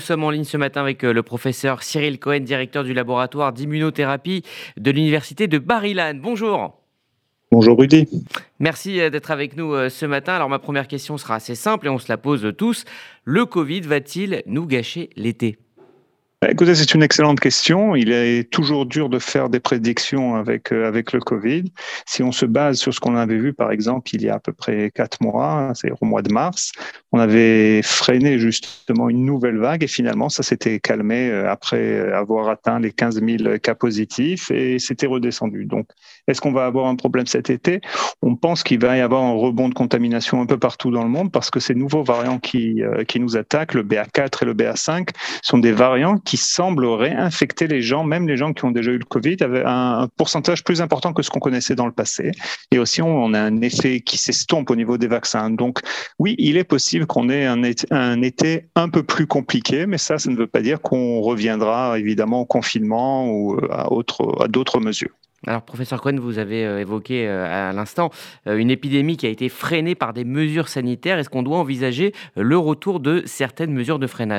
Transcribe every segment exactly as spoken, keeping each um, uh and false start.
sommes en ligne ce matin avec euh, le professeur Cyril Cohen, directeur du laboratoire d'immunothérapie de l'université de Bar-Ilan. Bonjour. Bonjour Rudy. Merci euh, d'être avec nous euh, ce matin. Alors ma première question sera assez simple et on se la pose tous. Le Covid va-t-il nous gâcher l'été ? Écoutez, c'est une excellente question. Il est toujours dur de faire des prédictions avec euh, avec le Covid. Si on se base sur ce qu'on avait vu, par exemple, il y a à peu près quatre mois, c'est au mois de mars, on avait freiné justement une nouvelle vague et finalement, ça s'était calmé euh, après avoir atteint les quinze mille cas positifs et c'était redescendu. Donc, est-ce qu'on va avoir un problème cet été ? On pense qu'il va y avoir un rebond de contamination un peu partout dans le monde parce que ces nouveaux variants qui euh, qui nous attaquent, le B A quatre et le B A cinq, sont des variants qui sembleraient infecter les gens, même les gens qui ont déjà eu le Covid, avec un, un pourcentage plus important que ce qu'on connaissait dans le passé. Et aussi, on, on a un effet qui s'estompe au niveau des vaccins. Donc, oui, il est possible qu'on ait un été, un été un peu plus compliqué, mais ça, ça ne veut pas dire qu'on reviendra évidemment au confinement ou à, autre, à d'autres mesures. Alors, professeur Cohen, vous avez euh, évoqué euh, à l'instant euh, une épidémie qui a été freinée par des mesures sanitaires. Est-ce qu'on doit envisager euh, le retour de certaines mesures de freinage ?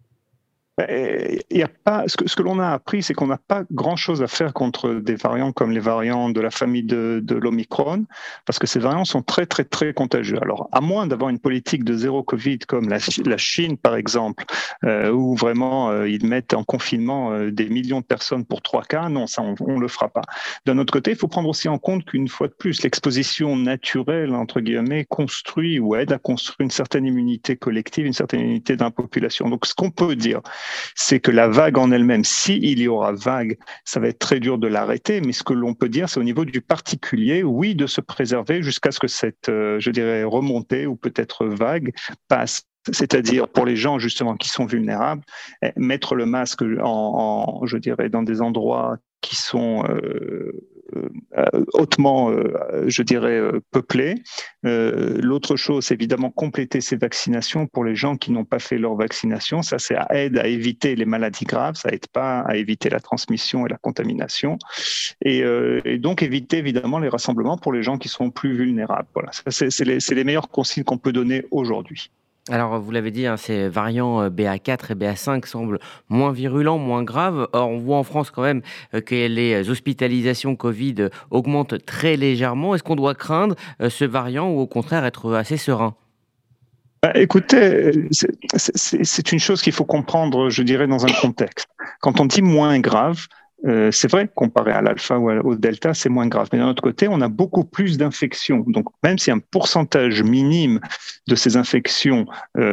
Il y a pas, ce que, ce que l'on a appris, c'est qu'on n'a pas grand-chose à faire contre des variants comme les variants de la famille de, de l'Omicron, parce que ces variants sont très, très, très contagieux. Alors, à moins d'avoir une politique de zéro Covid comme la, la Chine, par exemple, euh, où vraiment euh, ils mettent en confinement euh, des millions de personnes pour trois cas, non, ça, on ne le fera pas. D'un autre côté, il faut prendre aussi en compte qu'une fois de plus, l'exposition naturelle, entre guillemets, construit ou aide à construire une certaine immunité collective, une certaine immunité d'un population. Donc, ce qu'on peut dire, c'est que la vague en elle-même, s'il y aura vague, ça va être très dur de l'arrêter, mais ce que l'on peut dire, c'est au niveau du particulier, oui, de se préserver jusqu'à ce que cette, euh, je dirais, remontée ou peut-être vague passe. C'est-à-dire pour les gens justement qui sont vulnérables, mettre le masque en, en je dirais, dans des endroits qui sont euh, euh, hautement, euh, je dirais, euh, peuplés. Euh, l'autre chose, c'est évidemment compléter ces vaccinations pour les gens qui n'ont pas fait leur vaccination. Ça, ça aide à éviter les maladies graves, ça aide pas à éviter la transmission et la contamination. Et, euh, et donc éviter évidemment les rassemblements pour les gens qui sont plus vulnérables. Voilà, ça, c'est, c'est, les, c'est les meilleurs consignes qu'on peut donner aujourd'hui. Alors, vous l'avez dit, hein, ces variants euh, B A quatre et B A cinq semblent moins virulents, moins graves. Or, on voit en France quand même euh, que les hospitalisations Covid euh, augmentent très légèrement. Est-ce qu'on doit craindre euh, ce variant ou au contraire être assez serein ? Bah, écoutez, c'est, c'est, c'est une chose qu'il faut comprendre, je dirais, dans un contexte. Quand on dit moins grave, Euh, c'est vrai, comparé à l'alpha ou au delta, c'est moins grave. Mais d'un autre côté, on a beaucoup plus d'infections. Donc, même si un pourcentage minime de ces infections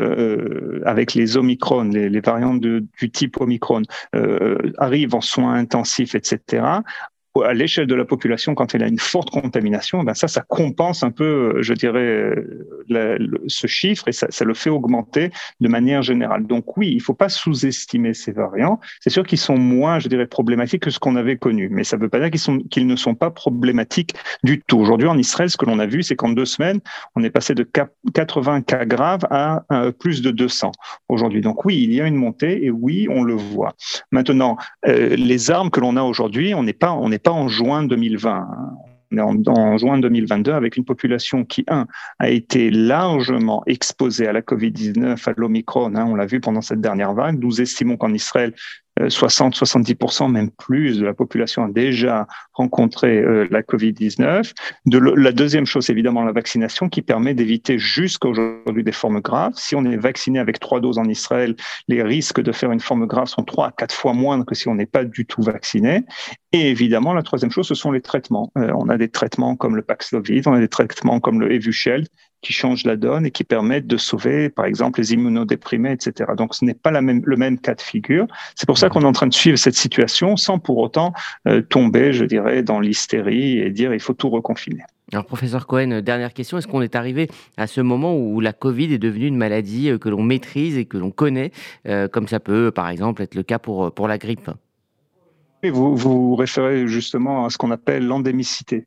euh, avec les Omicron, les, les variantes de, du type Omicron, euh, arrivent en soins intensifs, et cetera, à l'échelle de la population, quand elle a une forte contamination, ben ça, ça compense un peu, je dirais, la, le, ce chiffre et ça, ça le fait augmenter de manière générale. Donc oui, il ne faut pas sous-estimer ces variants. C'est sûr qu'ils sont moins, je dirais, problématiques que ce qu'on avait connu, mais ça ne veut pas dire qu'ils, sont, qu'ils ne sont pas problématiques du tout. Aujourd'hui, en Israël, ce que l'on a vu, c'est qu'en deux semaines, on est passé de quatre-vingts cas graves à euh, plus de deux cents aujourd'hui. Donc oui, il y a une montée et oui, on le voit. Maintenant, euh, les armes que l'on a aujourd'hui, on n'est pas, on n'est pas en juin deux mille vingt. Hein. On est en, en juin deux mille vingt-deux avec une population qui, un, a été largement exposée à la covid dix-neuf, à l'Omicron. Hein, on l'a vu pendant cette dernière vague. Nous estimons qu'en Israël, soixante à soixante-dix pour cent, même plus, de la population a déjà rencontré euh, la covid dix-neuf. De le, la deuxième chose, c'est évidemment la vaccination qui permet d'éviter jusqu'à aujourd'hui des formes graves. Si on est vacciné avec trois doses en Israël, les risques de faire une forme grave sont trois à quatre fois moindres que si on n'est pas du tout vacciné. Et évidemment, la troisième chose, ce sont les traitements. Euh, on a des traitements comme le Paxlovid, on a des traitements comme le Evusheld qui changent la donne et qui permettent de sauver, par exemple, les immunodéprimés, et cetera. Donc, ce n'est pas la même, le même cas de figure. C'est pour ça qu'on est en train de suivre cette situation sans pour autant euh, tomber, je dirais, dans l'hystérie et dire il faut tout reconfiner. Alors, professeur Cohen, dernière question. Est-ce qu'on est arrivé à ce moment où la Covid est devenue une maladie que l'on maîtrise et que l'on connaît, euh, comme ça peut, par exemple, être le cas pour, pour la grippe ? Et vous vous référez justement à ce qu'on appelle l'endémicité.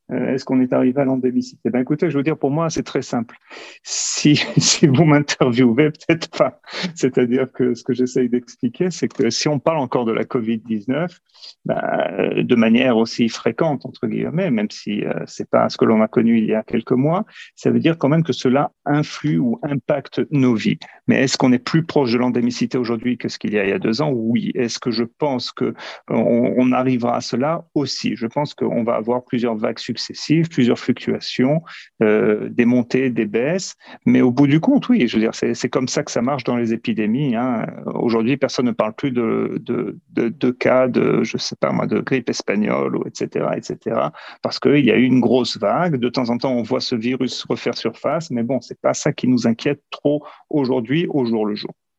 Euh, est-ce qu'on est arrivé à l'endémicité? Ben écoutez, je veux dire, pour moi, c'est très simple. Si, si vous m'interviewez, peut-être pas. C'est-à-dire que ce que j'essaye d'expliquer, c'est que si on parle encore de la covid dix-neuf, ben, de manière aussi fréquente, entre guillemets, même si euh, c'est pas ce que l'on a connu il y a quelques mois, ça veut dire quand même que cela influe ou impacte nos vies. Mais est-ce qu'on est plus proche de l'endémicité aujourd'hui que ce qu'il y a il y a deux ans? Oui. Est-ce que je pense que on, on arrivera à cela? Aussi. Je pense qu'on va avoir plusieurs vagues successives, plusieurs fluctuations, euh, des montées, des baisses. Mais au bout du compte, oui, je veux dire, c'est, c'est comme ça que ça marche dans les épidémies. Hein. Aujourd'hui, personne ne parle plus de, de, de, de cas de, je sais pas moi, de grippe espagnole, ou et cetera, et cetera, parce qu'il y a eu une grosse vague. De temps en temps, on voit ce virus refaire surface, mais bon, c'est pas ça qui nous inquiète trop aujourd'hui, au jour le jour.